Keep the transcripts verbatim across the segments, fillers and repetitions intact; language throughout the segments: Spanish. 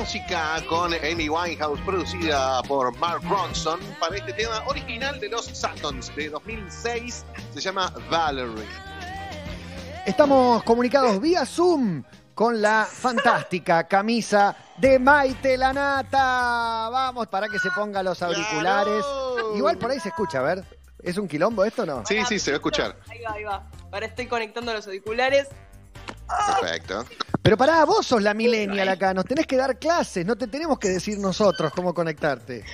música con Amy Winehouse, producida por Mark Ronson, para este tema original de los Satons de dos mil seis. Se llama Valerie. Estamos comunicados vía Zoom con la fantástica camisa de Maite Lanata. Vamos, para que se ponga los auriculares. ¡Claro! Igual por ahí se escucha, a ver. ¿Es un quilombo esto o no? Sí, sí, se va a escuchar. Ahí va, ahí va. Ahora estoy conectando los auriculares. Perfecto. Pero pará, vos sos la millennial acá, nos tenés que dar clases, no te tenemos que decir nosotros cómo conectarte.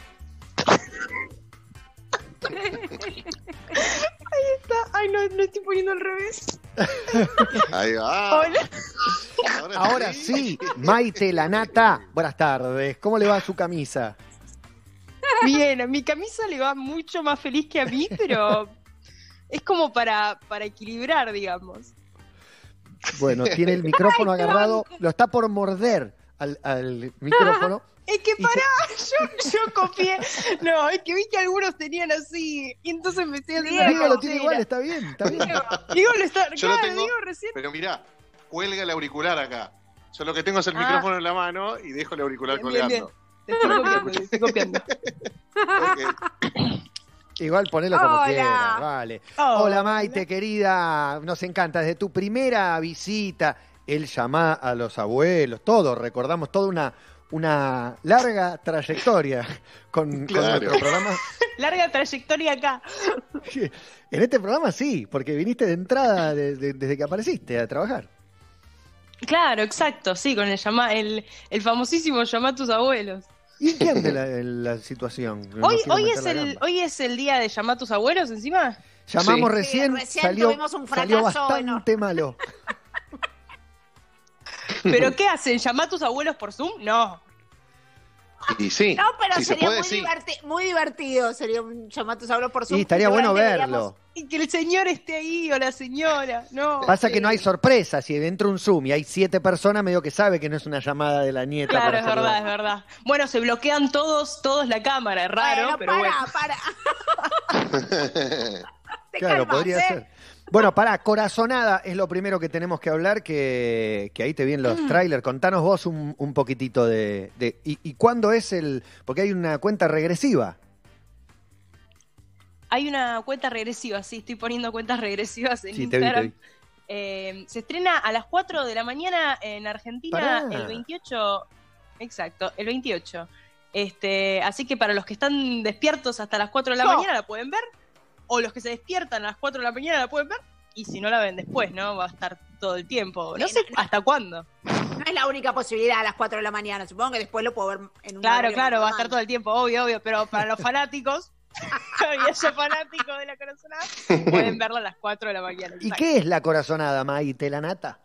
Ahí está. Ay, no, lo estoy poniendo al revés. Ahí va. Hola. Ahora, Ahora sí, Maite Lanata, buenas tardes. ¿Cómo le va a su camisa? Bien, a mi camisa le va mucho más feliz que a mí, pero es como para, para equilibrar, digamos. Bueno, tiene el micrófono Ay, agarrado, banco. lo está por morder al, al micrófono. Es que Y pará, yo, yo copié. No, es que vi que algunos tenían así. Y entonces empecé a hacer la Diego lo tiene cabecera. igual, está bien, está bien. Diego lo está. Yo lo claro, tengo, Diego recién. pero mirá, cuelga el auricular acá. Yo lo que tengo es el Ah. micrófono en la mano y dejo el auricular Bien, bien, colgando. Te estoy copiando, te estoy copiando. Ok. Igual ponelo como Hola. quieras, vale. Hola. Hola Maite, querida, nos encanta. Desde tu primera visita, el llamar a los abuelos, todo, recordamos toda una, una larga trayectoria con, con Claro. nuestro programa. Larga trayectoria acá. En este programa sí, porque viniste de entrada de- de- desde que apareciste a trabajar. Claro, exacto, sí, con el llama, el, el famosísimo llama a tus abuelos. ¿Y en qué anda la, la situación? No Hoy, quiero hoy, meter es la el, gamba. hoy es el día de llamar a tus abuelos encima. Llamamos Sí. recién, Sí, recién salió, tuvimos un salió fracaso bastante malo. ¿Pero qué hacen? ¿Llamar a tus abuelos por Zoom? No. Y sí, No, pero si se sería puede, muy, sí. diverti- muy divertido. Sería un llamato hablo por Zoom. Sí, estaría bueno Seguramente verlo. Y que el señor esté ahí o la señora. No. Pasa que no hay sorpresa. Si entra un Zoom y hay siete personas, medio que sabe que no es una llamada de la nieta. Claro, para es verdad, saludar. es verdad. Bueno, se bloquean todos, todos la cámara, es raro, Bueno, pero bueno. para, para. Te Claro, calmas, podría ¿eh? ser. Bueno, pará, Corazonada es lo primero que tenemos que hablar, que, que ahí te vienen los trailers. Contanos vos un, un poquitito de... de y, ¿Y cuándo es el...? Porque hay una cuenta regresiva. Hay una cuenta regresiva, sí, estoy poniendo cuentas regresivas en Sí, te vi, te Instagram. vi. Eh, se estrena a las cuatro de la mañana en Argentina Pará. el veintiocho. Exacto, el veintiocho. Este, así que para los que están despiertos hasta las cuatro de la No. mañana la pueden ver. O los que se despiertan a las cuatro de la mañana la pueden ver. Y si no la ven después, ¿no? Va a estar todo el tiempo. No Sí, sé no, no. hasta cuándo. No es la única posibilidad a las cuatro de la mañana. Supongo que después lo puedo ver en un Claro, horario claro, va a normal. estar todo el tiempo, obvio, obvio. Pero para los fanáticos, y esos fanáticos de la corazonada, pueden verla a las cuatro de la mañana. ¿Y qué es la Corazonada, Maite Lanata?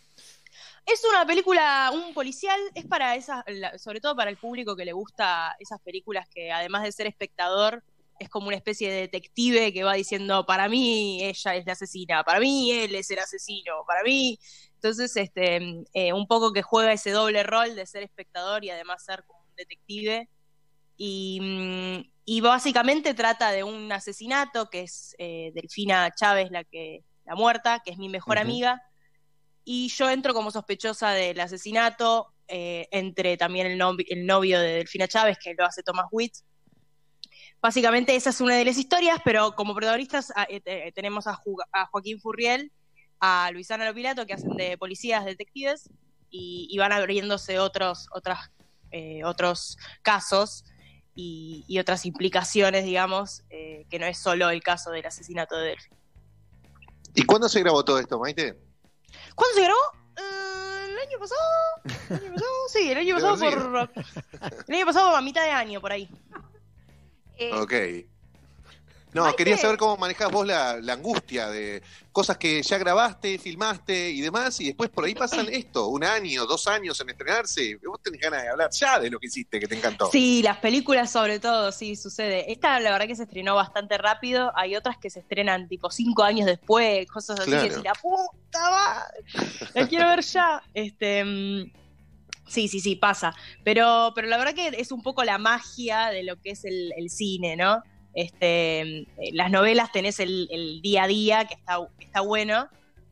Es una película, un policial, es para esas, la- sobre todo para el público que le gusta esas películas que además de ser espectador, es como una especie de detective que va diciendo, para mí ella es la asesina, para mí él es el asesino, para mí. Entonces, este, eh, un poco que juega ese doble rol de ser espectador y además ser como un detective. Y, mm, y básicamente trata de un asesinato que es eh, Delfina Chávez la que la muerta, que es mi mejor Ujú. amiga. Y yo entro como sospechosa del asesinato, eh, entre también el, novi- el novio de Delfina Chávez, que lo hace Thomas Witt. Básicamente esa es una de las historias, pero como protagonistas a- eh, eh, tenemos a, Ju- a Joaquín Furriel, a Luisana Lopilato, que hacen de policías, detectives, y, y van abriéndose otros, otras, eh, otros casos y, y otras implicaciones, digamos, eh, que no es solo el caso del asesinato de Delfina. ¿Y cuándo se grabó todo esto, Maite? ¿Cuándo se grabó? Eh, ¿El año pasado? ¿El año pasado? Sí, el año pasado Debe por... El año pasado a mitad de año, por ahí. Eh, Ok. No, Maite. quería saber cómo manejás vos la, la angustia de cosas que ya grabaste, filmaste y demás, y después por ahí pasan esto, un año, dos años en estrenarse. Vos tenés ganas de hablar ya de lo que hiciste, que te encantó. Sí, las películas sobre todo, sí, sucede. Esta la verdad que se estrenó bastante rápido, hay otras que se estrenan tipo cinco años después, cosas así Claro. que si la puta madre, la quiero ver ya. Este, mm, sí, sí, sí, pasa. Pero, pero la verdad que es un poco la magia de lo que es el, el cine, ¿no? Este, eh, las novelas tenés el, el día a día, que está, que está bueno,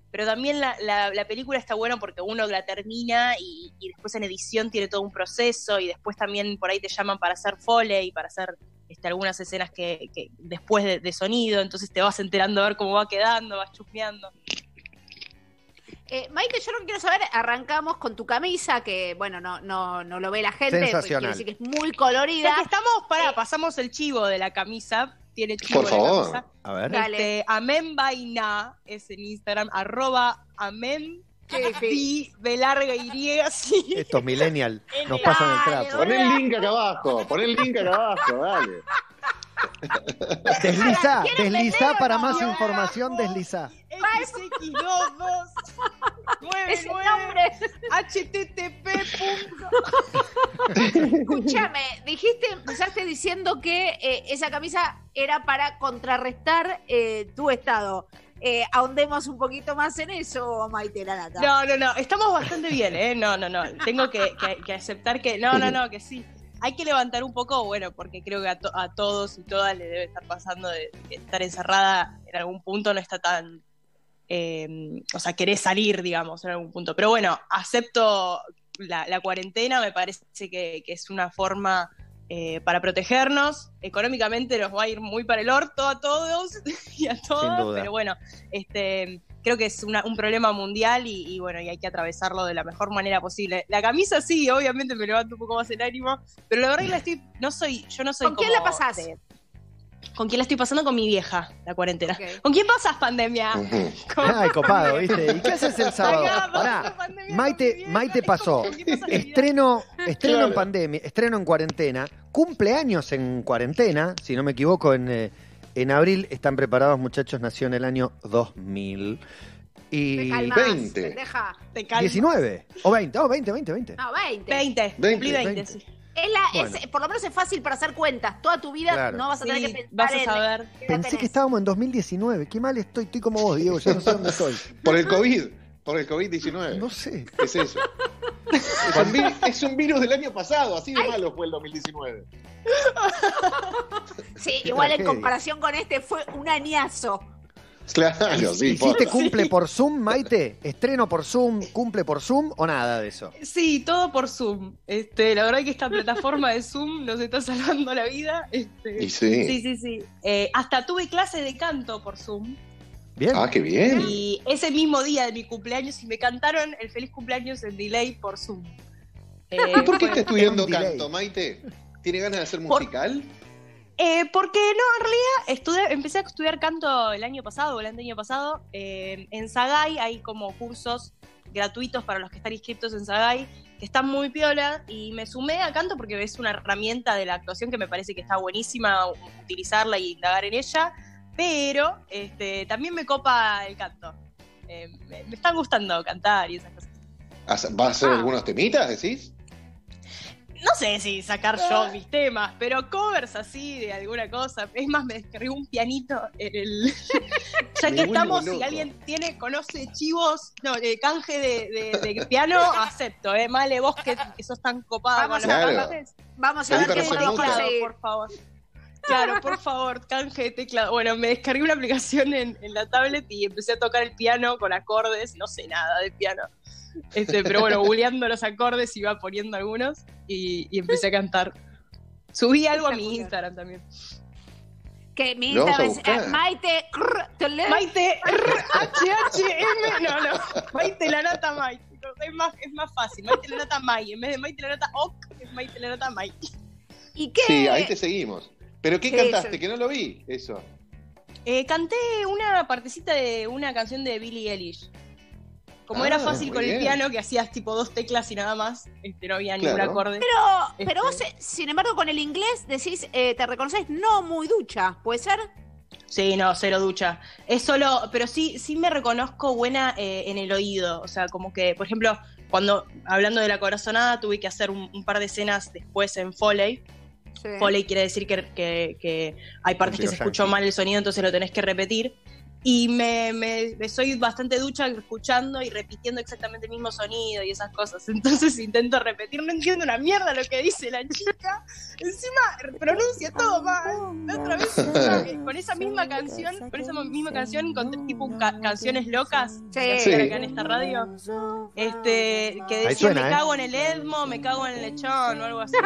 pero también la, la, la película está buena porque uno la termina y, y después en edición tiene todo un proceso y después también por ahí te llaman para hacer foley, para hacer este, algunas escenas que, que después de, de sonido, entonces te vas enterando a ver cómo va quedando, vas chusmeando. Eh, Maite, yo lo que quiero saber, arrancamos con tu camisa, que bueno, no, no, no lo ve la gente, porque quiere decir que es muy colorida. Ya que estamos, pará, Eh, pasamos el chivo de la camisa, tiene chivo Por de favor. la camisa. A ver. Dale. Este, Amen Vaina es en Instagram, arroba Amen Qué difícil. B larga Y, sí. Estos millennials nos Dale, pasan el trapo. Pon el link acá abajo, pon el link acá abajo, dale. Desliza, ¿Quieren desliza vender para o más no? información, desliza. X X dos dos nueve Ese nueve nombre. H T T P. Escúchame, dijiste, empezaste diciendo que eh, esa camisa era para contrarrestar eh, tu estado. Eh, ahondemos un poquito más en eso, Maite Lanata. No, no, no, estamos bastante bien, ¿eh? No, no, no, tengo que, que, que aceptar que, no, no, no, que sí. Hay que levantar un poco, bueno, porque creo que a, to a todos y todas le debe estar pasando de, de estar encerrada en algún punto, no está tan, eh, o sea, querés salir, digamos, en algún punto. Pero bueno, acepto la, la cuarentena, me parece que, que es una forma eh, para protegernos. Económicamente nos va a ir muy para el orto a todos y a todas, duda. pero bueno, este... creo que es una, un problema mundial y, y bueno, y hay que atravesarlo de la mejor manera posible. La camisa sí, obviamente me levanta un poco más el ánimo, pero la verdad que la estoy, no soy, yo no soy ¿Con quién como la pasás? de- ¿Con quién la estoy pasando? Con mi vieja, la cuarentena. Ok. ¿Con quién pasas pandemia? Ujú. Con- Ay, copado, ¿viste? ¿Y qué haces el sábado? Acá, Pará, pasando pandemia con mi Maite, vieja, Maite es como, pasó ¿con quién pasas Navidad? estreno, estreno en Claro. pandemia, estreno en cuarentena, cumpleaños en cuarentena, si no me equivoco, en, eh, en abril. Están preparados, muchachos, nació en el año dos mil. Te Y calmás, veinte. pendeja. Te calmo. diecinueve o veinte, oh, veinte, veinte, veinte. No, veinte. veinte, veinte, cumplí veinte, veinte. sí. Es la, Bueno. es, por lo menos es fácil para hacer cuentas. Toda tu vida Claro. no vas a tener Sí, que pensar vas a en saber. qué edad Pensé tenés. que estábamos en dos mil diecinueve. Qué mal estoy, estoy como vos, Diego, ya no sé dónde estoy. Por el COVID, por el COVID diecinueve. No sé. ¿Qué es eso? Es un, vi- es un virus del año pasado, así de malo fue el dos mil diecinueve. Sí, Qué igual en tragedia. comparación con este fue un añazo. Claro, sí. por- ¿Hiciste cumple por Zoom, Maite? ¿Estreno por Zoom, cumple por Zoom o nada de eso? Sí, todo por Zoom. Este, la verdad que esta plataforma de Zoom nos está salvando la vida. Este, Y sí. sí, sí, sí. Eh, hasta tuve clases de canto por Zoom. Bien. Ah, qué bien. Y ese mismo día de mi cumpleaños, y me cantaron el feliz cumpleaños en delay por Zoom. Eh, ¿Y por qué fue- está estudiando un delay. canto, Maite? ¿Tiene ganas de hacer Por- musical? Eh, porque no, en realidad estudié, empecé a estudiar canto el año pasado, o el año pasado. Eh, en Sagay hay como cursos gratuitos para los que están inscritos en Sagay, que están muy piola, y me sumé a canto porque es una herramienta de la actuación que me parece que está buenísima utilizarla y indagar en ella, pero este, también me copa el canto. Eh, me, me está gustando cantar y esas cosas. ¿Vas a hacer Ah. algunos temitas, decís? No sé si sacar yo mis temas, pero covers así de alguna cosa. Es más, me descargué un pianito en el. Ya Me que vuelvo estamos, si loco. alguien tiene, conoce chivos, no, de canje de, de- de piano, acepto, eh. Male, vos que, que sos tan copada Vamos con a los ver. canjes. Vamos a Me ver gusta qué no ser podemos muta. conseguir. por favor. Claro, por favor, canje de teclado. Bueno, me descargué una aplicación en, en la tablet y empecé a tocar el piano con acordes, no sé nada de piano. Este, pero bueno, googleando los acordes iba poniendo algunos y, y empecé a cantar. Subí algo a mi Instagram también. Que mi Lo vamos a Instagram es buscar. eh, Maite crr, Toledo. Maite R H H M, no, no, Maite Lanata Maite. Es más, es más fácil, Maite Lanata May. En vez de Maite Lanata Ok, es Maite Lanata May. ¿Y qué? Sí, ahí te seguimos. ¿Pero qué Sí, cantaste? sí. Que no lo vi, eso. Eh, canté una partecita de una canción de Billie Eilish. Como Ah, era fácil muy con el bien. piano, que hacías tipo dos teclas y nada más, este, no había ningún Claro. acorde. Pero, pero vos, Este. eh, sin embargo, con el inglés decís, eh, te reconoces no muy ducha, ¿puede ser? Sí, no, cero ducha. Es solo, pero sí, sí me reconozco buena eh, en el oído. O sea, como que, por ejemplo, cuando, hablando de la corazonada, tuve que hacer un, un par de escenas después en Foley. Sí. Foley quiere decir que, que- que hay partes que se Música escuchó yankee. mal el sonido, entonces lo tenés que repetir. Y me, me- me soy bastante ducha escuchando y repitiendo exactamente el mismo sonido y esas cosas. Entonces intento repetir, no entiendo una mierda lo que dice la chica. Encima pronuncia todo mal. La otra vez con esa misma canción, con esa misma canción encontré tipo ca canciones locas Sí. que hacían acá en esta radio. Este, que Ahí decía suena, me ¿eh? cago en el Edmo, me cago en el lechón o algo así.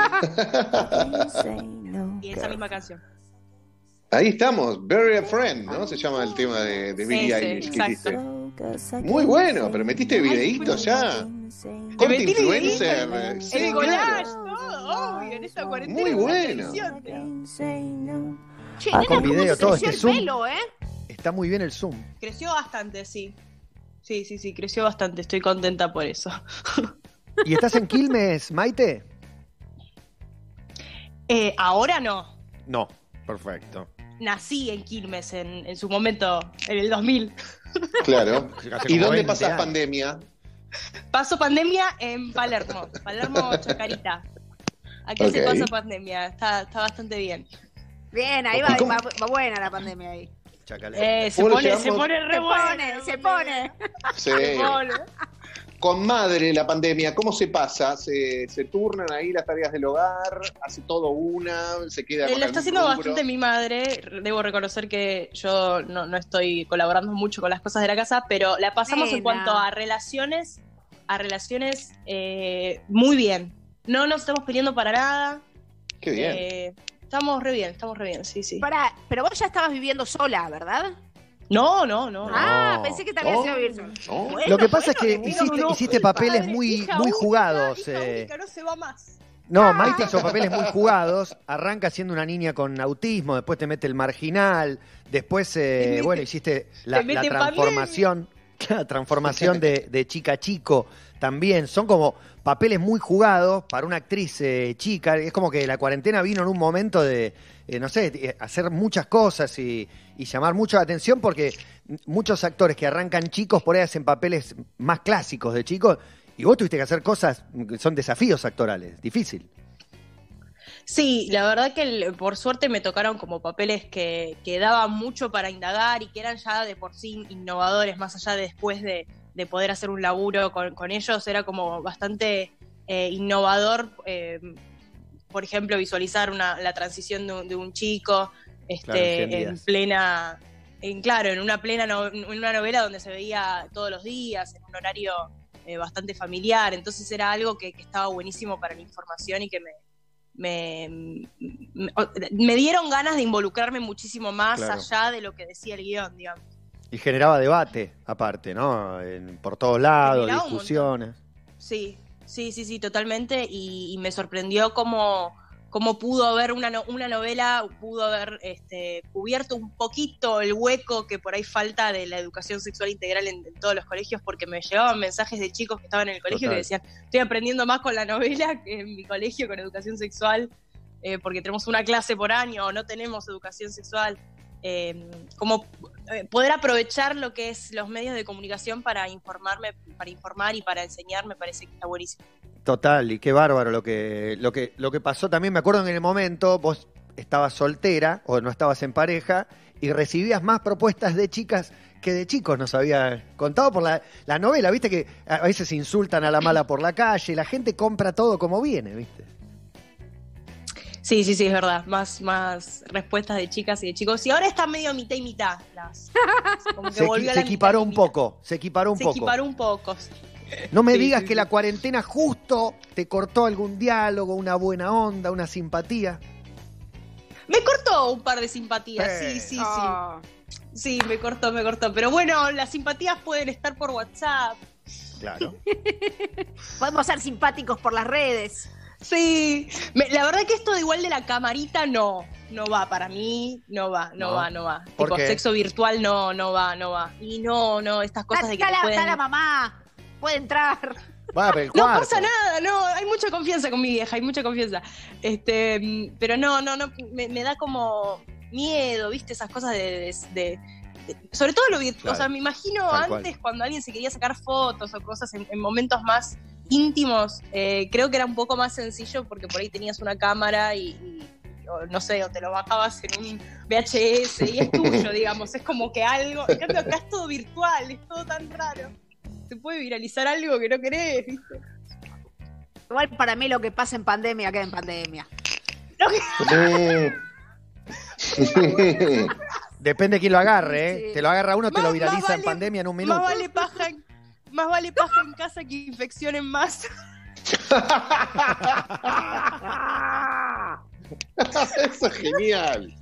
Y esa misma canción. Ahí estamos, Bury a Friend, ¿no? Se llama el tema de, de Billie Ese, Eilish que exacto. hiciste. Muy bueno, pero metiste videitos ya. Conte metí influencer. videitos, Sí, el claro. collage, todo, obvio, en esta cuarentena. Muy es una bueno. tradición. Che, Ah, nena, con cómo video, te todo creció este el zoom. pelo, ¿eh? Está muy bien el Zoom. Creció bastante, sí. Sí, sí, sí, creció bastante. Estoy contenta por eso. ¿Y estás en Quilmes, Maite? Eh, ahora no. No, perfecto. Nací en Quilmes en, en su momento, en el dos mil. Claro. Hace ¿Y como dónde veinte pasás años. pandemia? Paso pandemia en Palermo. Palermo, Chacarita. Aquí Ok. se pasa pandemia. Está, está bastante bien. Bien, ahí ¿Y va, cómo? va, va buena la pandemia ahí. Chacalé. Eh, se, ¿Cómo lo pone, se llevamos? pone re Se buena pone, la se pandemia. pone. Sí. Se pone. Con madre la pandemia, ¿cómo se pasa? ¿Se, se turnan ahí las tareas del hogar? ¿Hace todo una? ¿Se queda Eh, con Lo está algún haciendo rubro? bastante mi madre. Debo reconocer que yo no, no estoy colaborando mucho con las cosas de la casa, pero la pasamos en Nena. cuanto a relaciones, a relaciones eh, muy bien. No nos estamos peleando para nada. Qué bien. Eh, estamos re bien, estamos re bien, sí, sí. Pará, pero vos ya estabas viviendo sola, ¿verdad? No, no, no. Ah, pensé que te habías No. ido a vivir sola. No. Bueno, Lo que pasa bueno, es que divino, hiciste, no, hiciste culpa. papeles Padre, muy, hija muy única, jugados. hija eh. única, no se va más. No, Maite hizo papeles muy jugados. Arranca siendo una niña con autismo, después te mete el marginal, después, eh, Te mete- bueno, hiciste la, te la mete transformación, la transformación de, de chica a chico también. Son como papeles muy jugados para una actriz eh, chica. Es como que la cuarentena vino en un momento de, eh, no sé, eh, hacer muchas cosas y, y llamar mucho la atención porque muchos actores que arrancan chicos por ahí hacen papeles más clásicos de chicos. Y vos tuviste que hacer cosas que son desafíos actorales, difícil. Sí, la verdad que el- por suerte me tocaron como papeles que, que daban mucho para indagar y que eran ya de por sí innovadores, más allá de después de, de poder hacer un laburo con, con ellos, era como bastante eh, innovador, eh, por ejemplo, visualizar una, la transición de un, de un chico este, Claro, en cien en días. plena, en, claro, en una plena no- en una novela donde se veía todos los días, en un horario eh, bastante familiar, entonces era algo que, que estaba buenísimo para la información y que me Me, me, me dieron ganas de involucrarme muchísimo más Claro. allá de lo que decía el guión, digamos. Y generaba debate, aparte, ¿no? En- por todos lados, Generaba un discusiones. Sí, sí, sí, sí, totalmente. Y, y me sorprendió cómo, cómo pudo haber una, no- una novela, pudo haber este, cubierto un poquito el hueco que por ahí falta de la educación sexual integral en, en todos los colegios, porque me llegaban mensajes de chicos que estaban en el colegio Total. que decían, estoy aprendiendo más con la novela que en mi colegio con educación sexual, eh, porque tenemos una clase por año o no tenemos educación sexual. Eh, como eh, poder aprovechar lo que es los medios de comunicación para informarme, para informar y para enseñar, me parece que está buenísimo. Total, y qué bárbaro lo que, lo que, lo que pasó también. Me acuerdo que en el momento vos estabas soltera o no estabas en pareja y recibías más propuestas de chicas que de chicos, nos había contado por la, la novela. Viste que a veces insultan a la mala por la calle, la gente compra todo como viene, ¿viste? Sí, sí, sí, es verdad. Más, más respuestas de chicas y de chicos. Y ahora está medio mitad y mitad. Las, como que Se, equi- volvió a se la equiparó mitad y un mitad. poco, se equiparó un Se poco. equiparó un poco. No me Sí, digas sí, que sí. la cuarentena justo te cortó algún diálogo, una buena onda, una simpatía. Me cortó un par de simpatías, Eh. sí, sí, Oh. sí. Sí, me cortó, me cortó. Pero bueno, las simpatías pueden estar por WhatsApp. Claro. Podemos ser simpáticos por las redes. Sí, me- la verdad que esto de igual de la camarita no, no va para mí, no va, no, No. va, no va. ¿Por Tipo qué? sexo virtual no, no va, no va. Y no, no, estas cosas de que está, te la, pueden... está la mamá, puede entrar. Va, pero el No cuarto. pasa nada, no, hay mucha confianza con mi vieja, hay mucha confianza. Este, mm, pero no, no, no, me, me da como miedo, ¿viste? Esas cosas de, de- de- de- sobre todo lo virtual. Claro, O sea, me imagino tal antes cual. cuando alguien se quería sacar fotos o cosas en, en momentos más íntimos, eh, creo que era un poco más sencillo porque por ahí tenías una cámara y, y- o no sé, o te lo bajabas en un V H S y es tuyo, digamos, es como que algo, en cambio acá es todo virtual, es todo tan raro. Se puede viralizar algo que no querés, ¿viste? Igual para mí lo que pasa en pandemia queda en pandemia. Lo que- Mm. Depende de quién lo agarre, ¿eh? Sí. Te lo agarra uno, te Más- lo más viraliza en vale- pandemia en un minuto. Más vale paja en, más vale paja en casa que infección en masa. Eso es genial.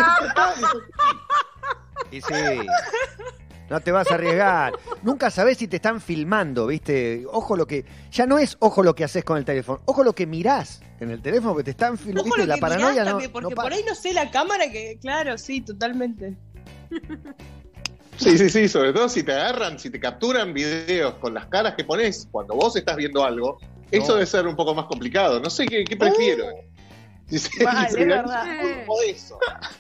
Y sí. No te vas a arriesgar. Nunca sabés si te están filmando, ¿viste? Ojo lo que... Ya no es ojo lo que haces con el teléfono. Ojo lo que mirás en el teléfono, porque te están filmando. Ojo ¿Viste? lo La que paranoia mirás no, también, porque no por para. ahí no sé la cámara que... Claro, sí, totalmente. Sí, sí, sí, sobre todo si te agarran, si te capturan videos con las caras que pones cuando vos estás viendo algo, eso No. debe ser un poco más complicado. No sé qué, qué prefiero. Si se- Vale, si es se- verdad. o eso.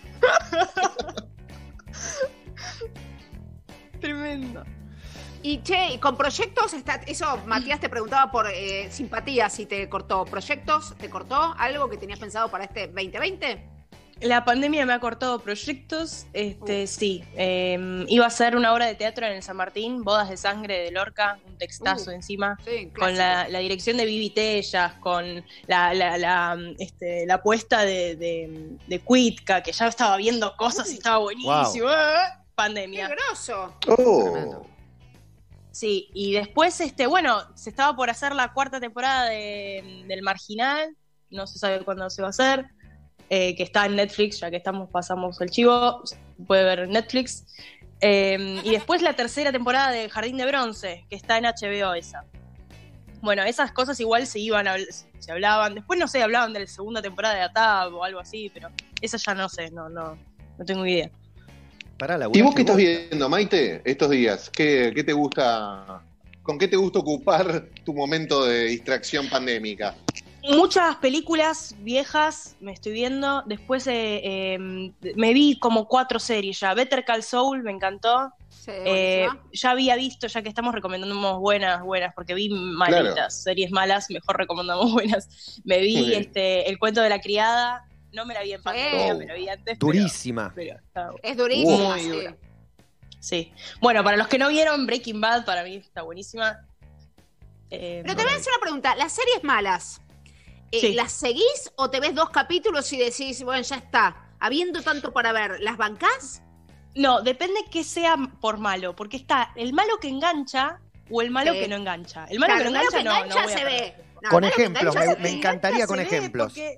Tremendo. Y che, y con proyectos, está, eso Matías te preguntaba por eh, simpatía, si te cortó. ¿Proyectos te cortó algo que tenías pensado para este veinte veinte? La pandemia me ha cortado proyectos, este, sí. Eh, iba a ser una obra de teatro en el San Martín, Bodas de Sangre de Lorca, un textazo Uh, encima, Sí, con la, la dirección de Vivi Tellas, con la, la, la, este, la puesta de, de, de Cuitca, que ya estaba viendo cosas y estaba buenísimo. ¡Eh! ¡Qué Pandemia. groso! Oh. Sí, y después, este, bueno, se estaba por hacer la cuarta temporada de, del Marginal, no se sabe cuándo se va a hacer. Eh, que está en Netflix, ya que estamos, pasamos el chivo, puede ver en Netflix. Eh, y después la tercera temporada de Jardín de Bronce, que está en H B O esa. Bueno, esas cosas igual se iban, a, se hablaban, después no sé, hablaban de la segunda temporada de Atab o algo así, pero esa ya no sé, no, no, no tengo idea. Pará, la ¿Y vos buena qué estás pregunta. viendo, Maite, estos días? ¿Qué, qué te gusta, con qué te gusta ocupar tu momento de distracción pandémica? Muchas películas viejas me estoy viendo. Después eh, eh, me vi como cuatro series ya. Better Call Saul me encantó. Sí, Eh, buenísima. ya había visto, ya que estamos recomendando buenas, buenas, porque vi malitas, Claro. series malas, mejor recomendamos buenas. Me vi Muy bien. este El cuento de la criada. No me la vi en pandemia, Oh. me la vi antes. Durísima. Pero, pero está- Es durísima, Muy sí. dura. sí. Bueno, para los que no vieron Breaking Bad, para mí está buenísima. Eh, Pero te voy a hacer una pregunta. Las series malas, eh, Sí. ¿las seguís o te ves dos capítulos y decís, bueno, ya está? Habiendo tanto para ver, ¿las bancás? No, depende que sea por malo, porque está el malo que engancha o el malo Sí. que no engancha. El malo Claro, que no el malo engancha, que no, engancha no voy a se perder. ve. No, Con el malo que ejemplos, engancha me, se me ve. encantaría con Se ve ejemplos. porque-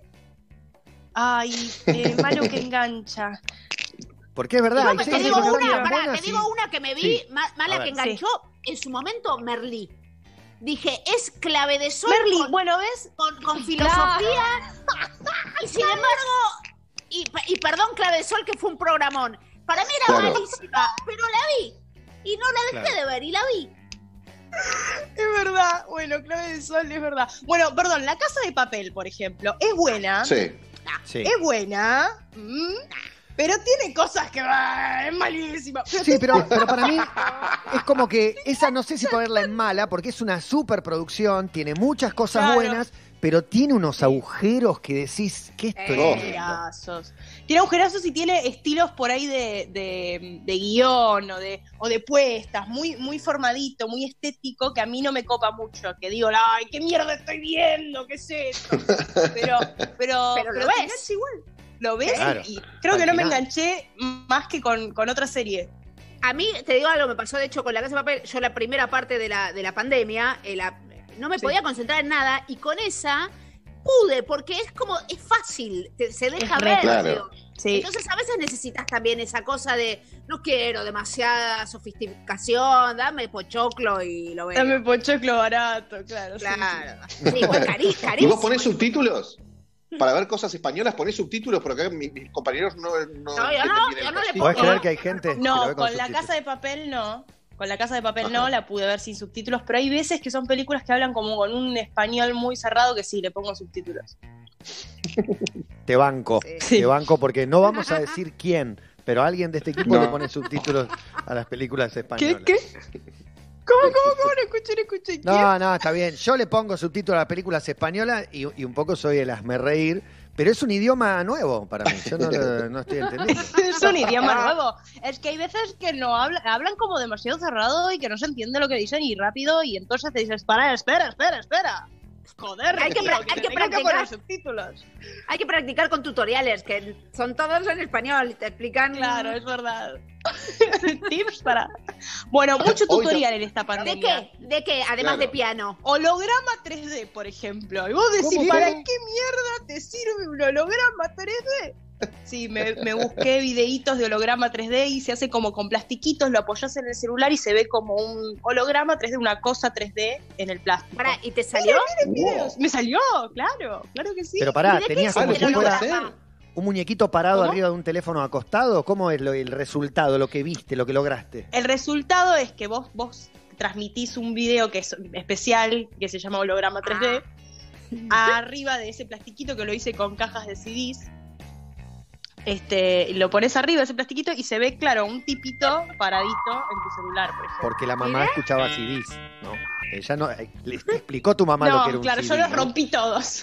Ay, eh, malo que engancha. Porque es verdad. No, hay te series digo que son una, tan pará, buenas te y- digo una que me vi, Sí. ma- A mala ver. que enganchó, en su momento, Merlí. Dije, es clave de sol Merly, con, bueno, ¿ves? con, con filosofía. Y sin embargo, y, y perdón, clave de sol, que fue un programón. Para mí era Claro. malísima, pero la vi. Y no la dejé Claro. de ver, y la vi. Es verdad. Bueno, clave de sol, es verdad. Bueno, perdón, La Casa de Papel, por ejemplo, es buena. Sí. Sí. Es buena. mm, pero tiene cosas que... ah, es malísima. Pero Sí, pero, pero para mí es como que esa no sé si ponerla en mala, porque es una superproducción, tiene muchas cosas Claro. buenas, pero tiene unos agujeros que decís, ¿qué estoy Eh, viendo? agujerazos. Tiene agujerazos y tiene estilos por ahí de, de, de guión o de, o de puestas, muy, muy formadito, muy estético, que a mí no me copa mucho. Que digo, ay, qué mierda estoy viendo, ¿qué es esto? Pero, pero, Pero lo te ves. engancha igual. Lo ves Claro. y creo Al que no me final. enganché más que con, con otra serie. A mí, te digo algo, me pasó de hecho con La Casa de Papel. Yo la primera parte de la, de la pandemia, eh, la- no me Sí. podía concentrar en nada, y con esa pude, porque es como, es fácil, te- se deja Es re ver. claro. digo. Sí. Entonces a veces necesitas también esa cosa de, no quiero demasiada sofisticación, dame pochoclo y lo veo. Dame pochoclo barato, claro. sí, Claro. Sí, fue cari- ¿Y carísimo. vos ponés subtítulos? Para ver cosas españolas, ponés subtítulos, porque acá mis, mis compañeros no, no, No, yo no, entienden bien yo el no le castigo. ¿Podés pongo- creer que hay gente que lo No, ve con, con La subtítulos? Casa de Papel no. Con La Casa de Papel Ajá. no, la pude ver sin subtítulos, pero hay veces que son películas que hablan como con un español muy cerrado que sí, le pongo subtítulos. Te banco, Sí. te banco porque no vamos a decir quién, pero alguien de este equipo No. le pone subtítulos a las películas españolas. ¿Qué? ¿Cómo, cómo, cómo? No escuché, no escuché. ¿Qué? No, no, está bien. Yo le pongo subtítulos a las películas españolas y, y un poco soy el hazme pero es un idioma nuevo para mí. Yo no, lo- no estoy entendiendo. Es un idioma nuevo. Es que hay veces que no hablan, hablan como demasiado cerrado y que no se entiende lo que dicen y rápido y entonces te dices, para, espera, espera, espera. Joder, Hay que tío, pra- que hay que te tengo practicar. poner subtítulos. Hay que practicar con tutoriales, que son todos en español, te explican. Claro, es verdad. Tips para... Bueno, mucho Hoy tutorial en esta ¿De pandemia. qué? ¿De qué? Además Claro. de piano. Holograma tres D, por ejemplo. Y vos decís, ¿Cómo, ¿para cómo? qué mierda te sirve un holograma tres D? Sí, me, me busqué videitos de holograma tres D y se hace como con plastiquitos, lo apoyás en el celular y se ve como un holograma tres D, una cosa tres D en el plástico. Pará, ¿y te salió? Wow. Me salió, claro, claro que sí. Pero pará, ¿Y de qué tenías Ah, como ¿lo si puedes fuera hacer? un muñequito parado ¿Cómo? arriba de un teléfono acostado. ¿Cómo es lo- el resultado, lo que viste, lo que lograste? El resultado es que vos, vos transmitís un video que es especial, que se llama holograma tres D, arriba de ese plastiquito que lo hice con cajas de C Ds. Este, lo pones arriba de ese plastiquito y se ve, claro, un tipito paradito en tu celular, por ejemplo. Porque la mamá ¿Mirá? escuchaba C Ds, ¿no? Ella no, eh, le explicó tu mamá lo que era No, un claro, C yo D, los ¿no? rompí todos.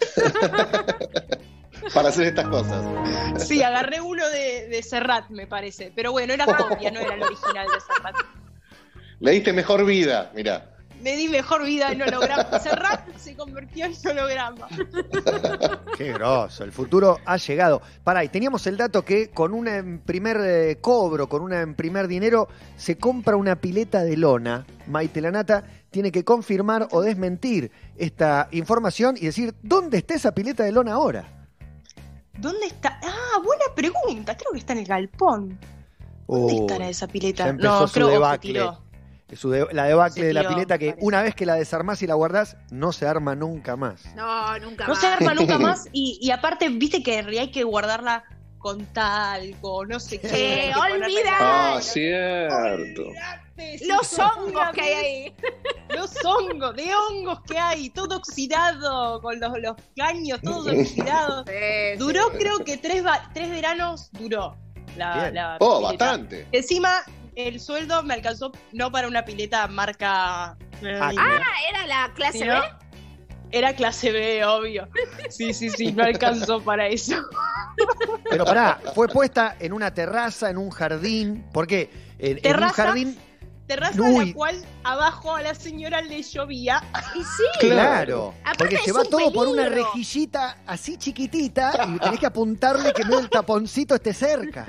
Para hacer estas cosas. Sí, agarré uno de, de Serrat, me parece. Pero bueno, era copia, no era el original de Serrat. Le diste mejor vida, mirá. Me di mejor vida en holograma. Serrat se convirtió en holograma. Qué groso, el futuro ha llegado. Pará, y teníamos el dato que con un em, primer eh, cobro, con un em, primer dinero, se compra una pileta de lona. Maite Lanata tiene que confirmar o desmentir esta información y decir, ¿dónde está esa pileta de lona ahora? ¿Dónde está? Ah, buena pregunta. Creo que está en el galpón. ¿Dónde Uy, estará esa pileta? ya empezó No, su creo que se debacle. tiró. Su de- la debacle Se de la tiró, pileta que parece. una vez que la desarmás y la guardás, no se arma nunca más. No, nunca No más. se arma nunca más. Y, y aparte, viste que en realidad hay que guardarla con talco, no sé qué. Sí, hay que ponerle- olvidá. Ah, cierto. Olvidate, Los sí, hongos que hay ahí. Los hongos, de hongos que hay, todo oxidado, con los, los caños, todos oxidados. Sí, Duró, sí. creo que tres, va- tres veranos duró la, Bien. la Oh, pileta. bastante. Encima, el sueldo me alcanzó no para una pileta marca. eh, Ah, Ah, ¿era la clase sino- B? Era clase B, obvio. Sí, sí, sí, no alcanzó para eso. Pero pará, fue puesta en una terraza, en un jardín. ¿Por qué? En, en un ¿Terraza? jardín. Terraza Uy. en la cual abajo a la señora le llovía. Y sí. Claro, Aparte porque es se va un todo por una peligro. rejillita así chiquitita y tenés que apuntarle que no el taponcito esté cerca.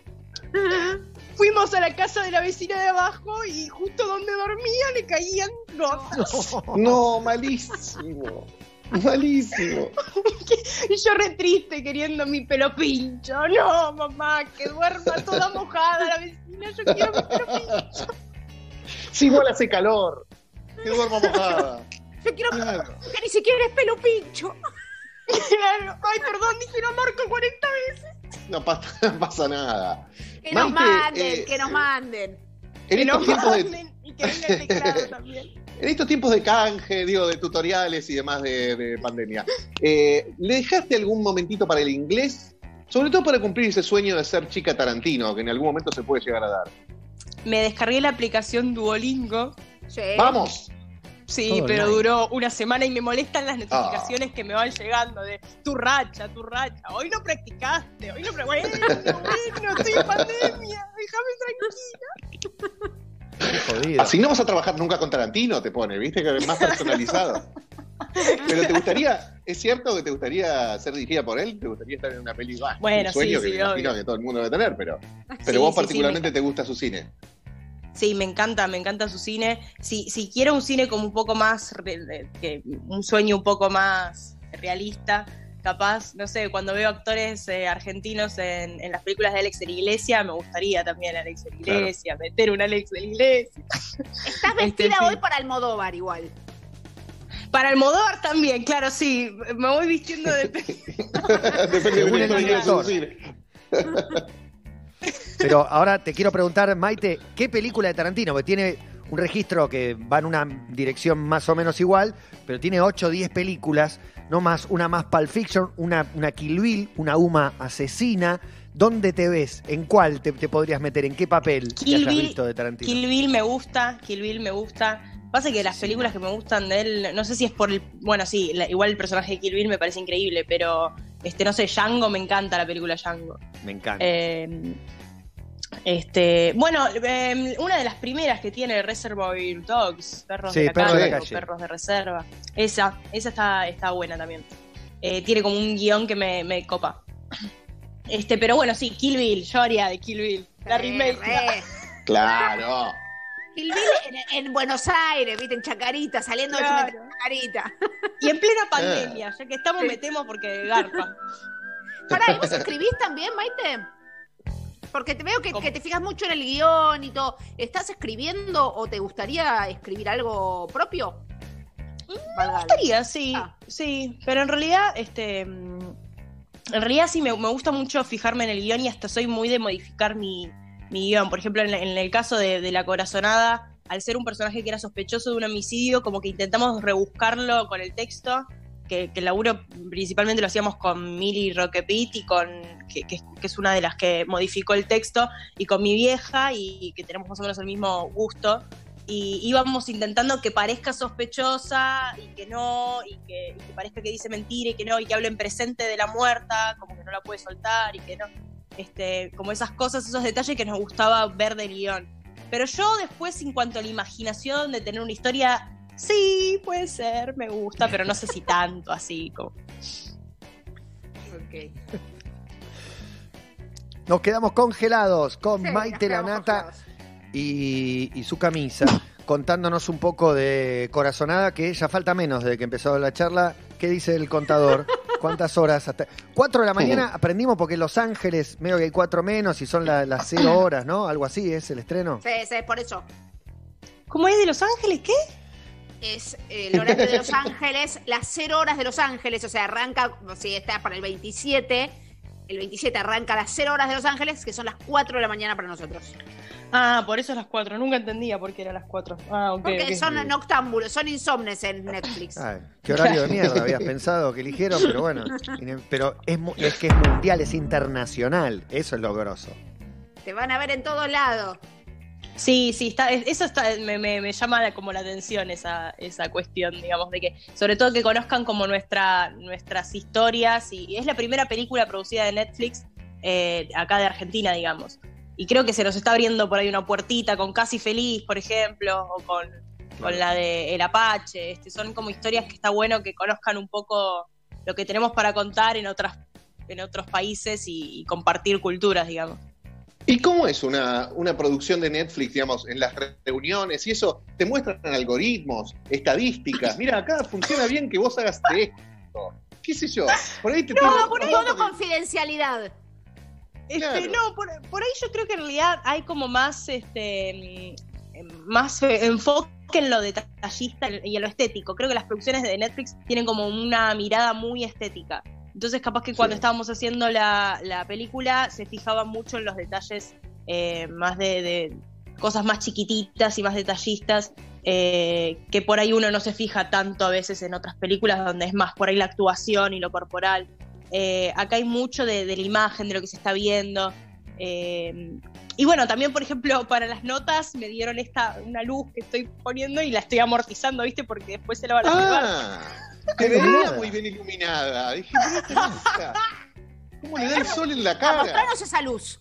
Fuimos a la casa de la vecina de abajo y justo donde dormía le caían gotas. No, malísimo. Malísimo. Y yo re triste queriendo mi pelo pincho. No, mamá, que duerma toda mojada la vecina. Yo quiero mi pelo pincho. Si igual hace calor. Que duerma mojada. Yo quiero Claro. que ni siquiera es pelo pincho. Claro. Ay, perdón, dije no marco cuarenta veces. No pasa, no pasa nada. Que nos Maite, manden, eh, que nos manden. En Que estos, nos tiempos de, manden y que venga el teclado también. en estos tiempos de canje, digo, de tutoriales y demás de, de pandemia, eh, ¿le dejaste algún momentito para el inglés? Sobre todo para cumplir ese sueño de ser chica Tarantino, que en algún momento se puede llegar a dar. Me descargué la aplicación Duolingo. Sí. ¡Vamos! Sí, Todo pero online. duró una semana y me molestan las notificaciones Ah. que me van llegando de tu racha, tu racha. Hoy no practicaste, hoy no practicaste. Bueno, bueno, estoy en pandemia, déjame tranquila. Qué jodido. Así no vas a trabajar nunca con Tarantino, te pone, ¿viste? Que es más personalizado. Pero te gustaría, ¿es cierto que te gustaría ser dirigida por él? ¿Te gustaría estar en una peli? Bah, Bueno, un sueño sí, que sí, me imagino obvio. que todo el mundo debe tener, pero, pero Sí, vos sí, sí, particularmente me te gusta su cine. Sí, me encanta, me encanta su cine. Si, si quiero un cine como un poco más, re- de- que un sueño un poco más realista, capaz, no sé, cuando veo actores eh, argentinos en, en las películas de Alex de la Iglesia, me gustaría también Alex de la Iglesia, meter un Alex de la Iglesia. Estás vestida Este, sí. hoy para Almodóvar igual. Para Almodóvar también, claro, sí, me voy vistiendo de... Depende Según del el director que director. quieras decir. Pero ahora te quiero preguntar, Maite, ¿qué película de Tarantino? Porque tiene un registro que va en una dirección más o menos igual, pero tiene ocho o diez películas, no más, una más Pulp Fiction, una, una Kill Bill, una Uma Asesina. ¿Dónde te ves? ¿En cuál te, te podrías meter? ¿En qué papel que Kill hayas Bill- visto de Tarantino? Kill Bill me gusta, Kill Bill me gusta. Pasa que las películas que me gustan de él, no sé si es por el... Bueno, sí, la- igual el personaje de Kill Bill me parece increíble, pero, este no sé, Django, me encanta la película Django. Me encanta. Eh, Este, bueno, eh, una de las primeras que tiene Reservoir Dogs, perros Sí, de la perros calle, de la o calle. perros de reserva. Esa, esa está, está buena también. Eh, tiene como un guión que me, me copa. Este, pero bueno, sí, Kill Bill, yo haría de Kill Bill, la Eh, remake. re. Claro. Kill Bill en, en Buenos Aires, viste, en Chacarita, saliendo Claro. de Chacarita. Y en plena pandemia, ya que estamos, Sí. metemos porque garpa. Pará, ¿y vos escribís también, Maite? Porque te veo que, que te fijas mucho en el guión y todo. ¿Estás escribiendo o te gustaría escribir algo propio? Me gustaría, sí, Ah. sí, pero en realidad, este, mm, en realidad sí me, me gusta mucho fijarme en el guión y hasta soy muy de modificar mi, mi guión. Por ejemplo, en, en el caso de, de La Corazonada, al ser un personaje que era sospechoso de un homicidio, como que intentamos rebuscarlo con el texto, que, que el laburo principalmente lo hacíamos con Mili Roquepit y con, que, que, que es una de las que modificó el texto, y con mi vieja, y que tenemos más o menos el mismo gusto. Y íbamos intentando que parezca sospechosa y que no, y que, y que parezca que dice mentira y que no, y que hable en presente de la muerta, como que no la puede soltar y que no. Este, como esas cosas, esos detalles que nos gustaba ver del guión. Pero yo después, en cuanto a la imaginación de tener una historia, sí, puede ser, me gusta, pero no sé si tanto así como. Ok. Nos quedamos congelados con Sí, Maite nos quedamos Lanata congelados. y, y su camisa, contándonos un poco de Corazonada, que ya falta menos desde que empezó la charla. ¿Qué dice el contador? ¿Cuántas horas? Hasta cuatro de la mañana aprendimos, porque en Los Ángeles medio que hay cuatro menos y son la- las cero horas, ¿no? Algo así es el estreno. Sí, sí, por eso. ¿Cómo es de Los Ángeles? ¿Qué? Es el horario de Los Ángeles, las cero horas de Los Ángeles, o sea, arranca, si está para el veintisiete, el veintisiete arranca a las cero horas de Los Ángeles, que son las cuatro de la mañana para nosotros. Ah, por eso es las cuatro. Nunca entendía por qué eran las cuatro. Ah, ok. Porque ok. son noctámbulos, son insomnes en Netflix. Ay, qué horario de mierda habías pensado que eligieron, pero bueno. Pero es, mu- es que es mundial, es internacional. Eso es lo grosso. Te van a ver en todos lados. Sí, sí, está, eso está, me, me, me llama la- como la atención esa, esa cuestión, digamos, de que, sobre todo que conozcan como nuestra, nuestras historias, y, y es la primera película producida de Netflix eh, acá de Argentina, digamos. Y creo que se nos está abriendo por ahí una puertita con Casi Feliz, por ejemplo, o con, con la de El Apache. Este, son como historias que está bueno que conozcan un poco lo que tenemos para contar en otras, en otros países y, y compartir culturas, digamos. ¿Y cómo es una, una producción de Netflix, digamos, en las reuniones y eso? ¿Te muestran algoritmos, estadísticas? Mira, acá funciona bien que vos hagas de esto. ¿Qué sé yo? Por ahí te No, tiran- por ahí no, todo porque- confidencialidad. Este, Claro. no, por, por ahí yo creo que en realidad hay como más, este, mm, más eh, enfoque en lo detallista y en lo estético. Creo que las producciones de Netflix tienen como una mirada muy estética. Entonces capaz que cuando Sí. estábamos haciendo la, la película se fijaban mucho en los detalles eh, más de, de cosas más chiquititas y más detallistas, eh, que por ahí uno no se fija tanto a veces en otras películas donde es más por ahí la actuación y lo corporal. Eh, acá hay mucho de, de la imagen, de lo que se está viendo. Eh, y bueno, también, por ejemplo, para las notas me dieron esta una luz que estoy poniendo y la estoy amortizando, ¿viste? Porque después se la van a llevar. Ah, te veía muy bien iluminada. Dije, pero esta loca, ¿cómo le da el sol en la A cara? mostrarnos esa luz.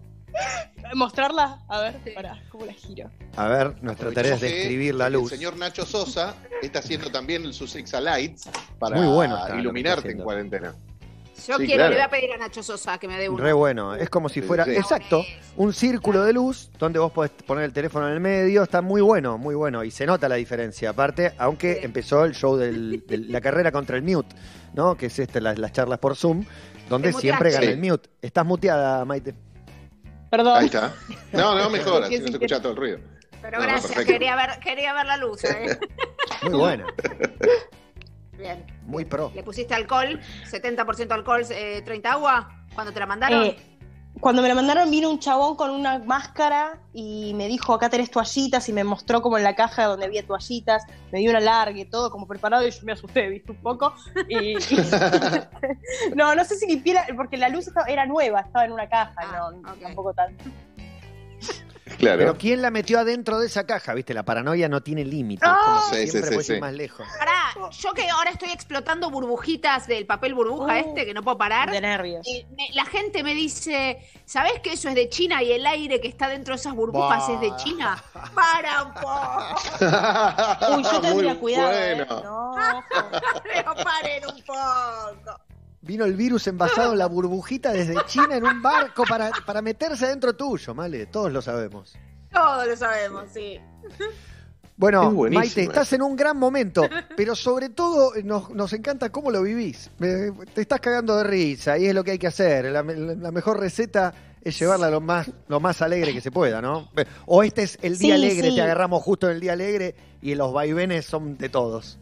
¿Mostrarla? A ver, Sí. pará, ¿cómo la giro? A ver, nuestra tarea es Aprovechemos que describir la luz. El señor Nacho Sosa está haciendo también sus Exalights para Muy bueno está lo que está iluminarte en haciendo. cuarentena. Yo Sí, quiero, claro. le voy a pedir a Nacho Sosa que me dé uno. Re bueno, es como si fuera, Sí. exacto, un círculo de luz donde vos podés poner el teléfono en el medio. Está muy bueno, muy bueno, y se nota la diferencia. Aparte, aunque Sí. empezó el show de la carrera contra el mute, ¿no? Que es este, las, las charlas por Zoom, donde Te siempre muteaste. gana el mute. Estás muteada, Maite. Perdón. Ahí está. No, no mejora, Sí, si no sí, se sí. escucha todo el ruido. Pero No, no, gracias, perfecto. quería ver, quería ver la luz. ¿eh? Muy buena, Bien. muy pro. ¿Le pusiste alcohol? ¿setenta por ciento alcohol, eh, treinta agua? ¿Cuando te la mandaron? Eh, cuando me la mandaron vino un chabón con una máscara y me dijo, acá tenés toallitas, y me mostró como en la caja donde había toallitas, me dio una larga y todo como preparado, y yo me asusté, viste, un poco. Y, y- no, no sé si limpié la- porque la luz estaba- era nueva, estaba en una caja, Ah, no, ok. tampoco tanto. Claro. Pero ¿quién la metió adentro de esa caja? ¿Viste? La paranoia no tiene límites. No. Como Sí, que sí, siempre sí, puede sí. ir más lejos. Pará, yo que ahora estoy explotando burbujitas del papel burbuja Uh, este, que no puedo parar. De nervios. Y me- la gente me dice, ¿sabés que eso es de China y el aire que está dentro de esas burbujas Bah. es de China? Para un poco. Uy, yo tendría Muy cuidado. bueno. ¿eh? No, ojo. Pero paren un poco. Vino el virus envasado en la burbujita desde China en un barco para, para meterse adentro tuyo, Male. Todos lo sabemos. Todos lo sabemos, sí. Bueno, Es buenísimo Maite, estás en un gran momento, pero sobre todo nos, nos encanta cómo lo vivís. Me- te estás cagando de risa y es lo que hay que hacer. La, la mejor receta es llevarla lo más, lo más alegre que se pueda, ¿no? O este es el día Sí, alegre, sí. te agarramos justo en el día alegre y los vaivenes son de todos.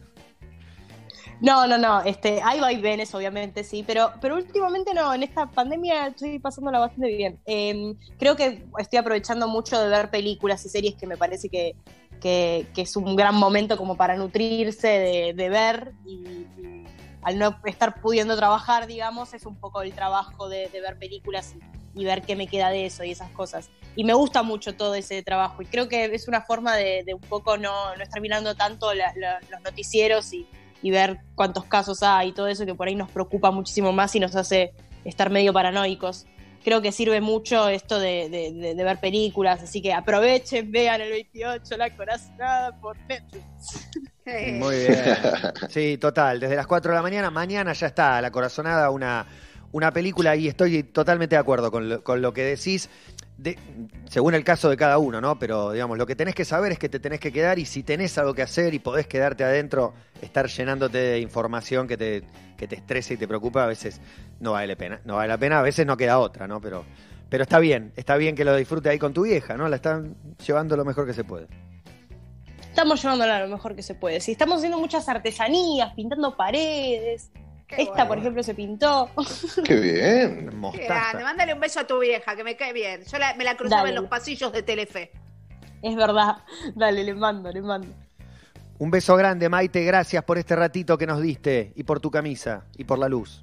No, no, no, este, hay vaivenes, obviamente, sí, pero, pero últimamente no, en esta pandemia estoy pasándola bastante bien. Eh, creo que estoy aprovechando mucho de ver películas y series que me parece que, que, que es un gran momento como para nutrirse de, de ver y, y al no estar pudiendo trabajar, digamos, es un poco el trabajo de, de ver películas y, y ver qué me queda de eso y esas cosas. Y me gusta mucho todo ese trabajo y creo que es una forma de, de un poco no, no estar mirando tanto la, la, los noticieros y y ver cuántos casos hay y todo eso que por ahí nos preocupa muchísimo más y nos hace estar medio paranoicos. Creo que sirve mucho esto de, de, de, de ver películas, así que aprovechen, vean el veintiocho, La Corazonada por Netflix. Muy bien. Sí, total. Desde las cuatro de la mañana, mañana ya está La Corazonada, una, una película y estoy totalmente de acuerdo con lo, con lo que decís. De, según el caso de cada uno, ¿no? Pero, digamos, lo que tenés que saber es que te tenés que quedar y si tenés algo que hacer y podés quedarte adentro, estar llenándote de información que te, que te estresa y te preocupa, a veces no vale la pena. No vale la pena, a veces no queda otra, ¿no? Pero, pero está bien, está bien que lo disfrutes ahí con tu vieja, ¿no? La están llevando lo mejor que se puede. Estamos llevándola lo mejor que se puede. Sí, estamos haciendo muchas artesanías, pintando paredes. Qué Esta, bueno. por ejemplo, se pintó. Qué bien. Qué Mostaza. grande. Mándale un beso a tu vieja, que me cae bien. Yo la- me la cruzaba Dale. en los pasillos de Telefe. Es verdad. Dale, le mando, le mando. Un beso grande, Maite, gracias por este ratito que nos diste y por tu camisa y por la luz.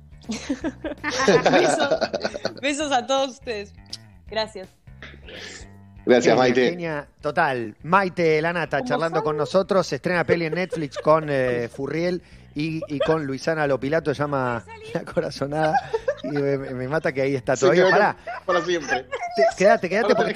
Besos, besos a todos ustedes. Gracias. Gracias, Genia, Maite. genia total. Maite Lanata ¿Cómo charlando son? con nosotros. Se estrena peli en Netflix con eh, Furriel y, y con Luisana Lopilato. Se llama La Corazonada. Y me, me mata que ahí está Se todavía. quedó Pará, para siempre. te- quédate, quédate porque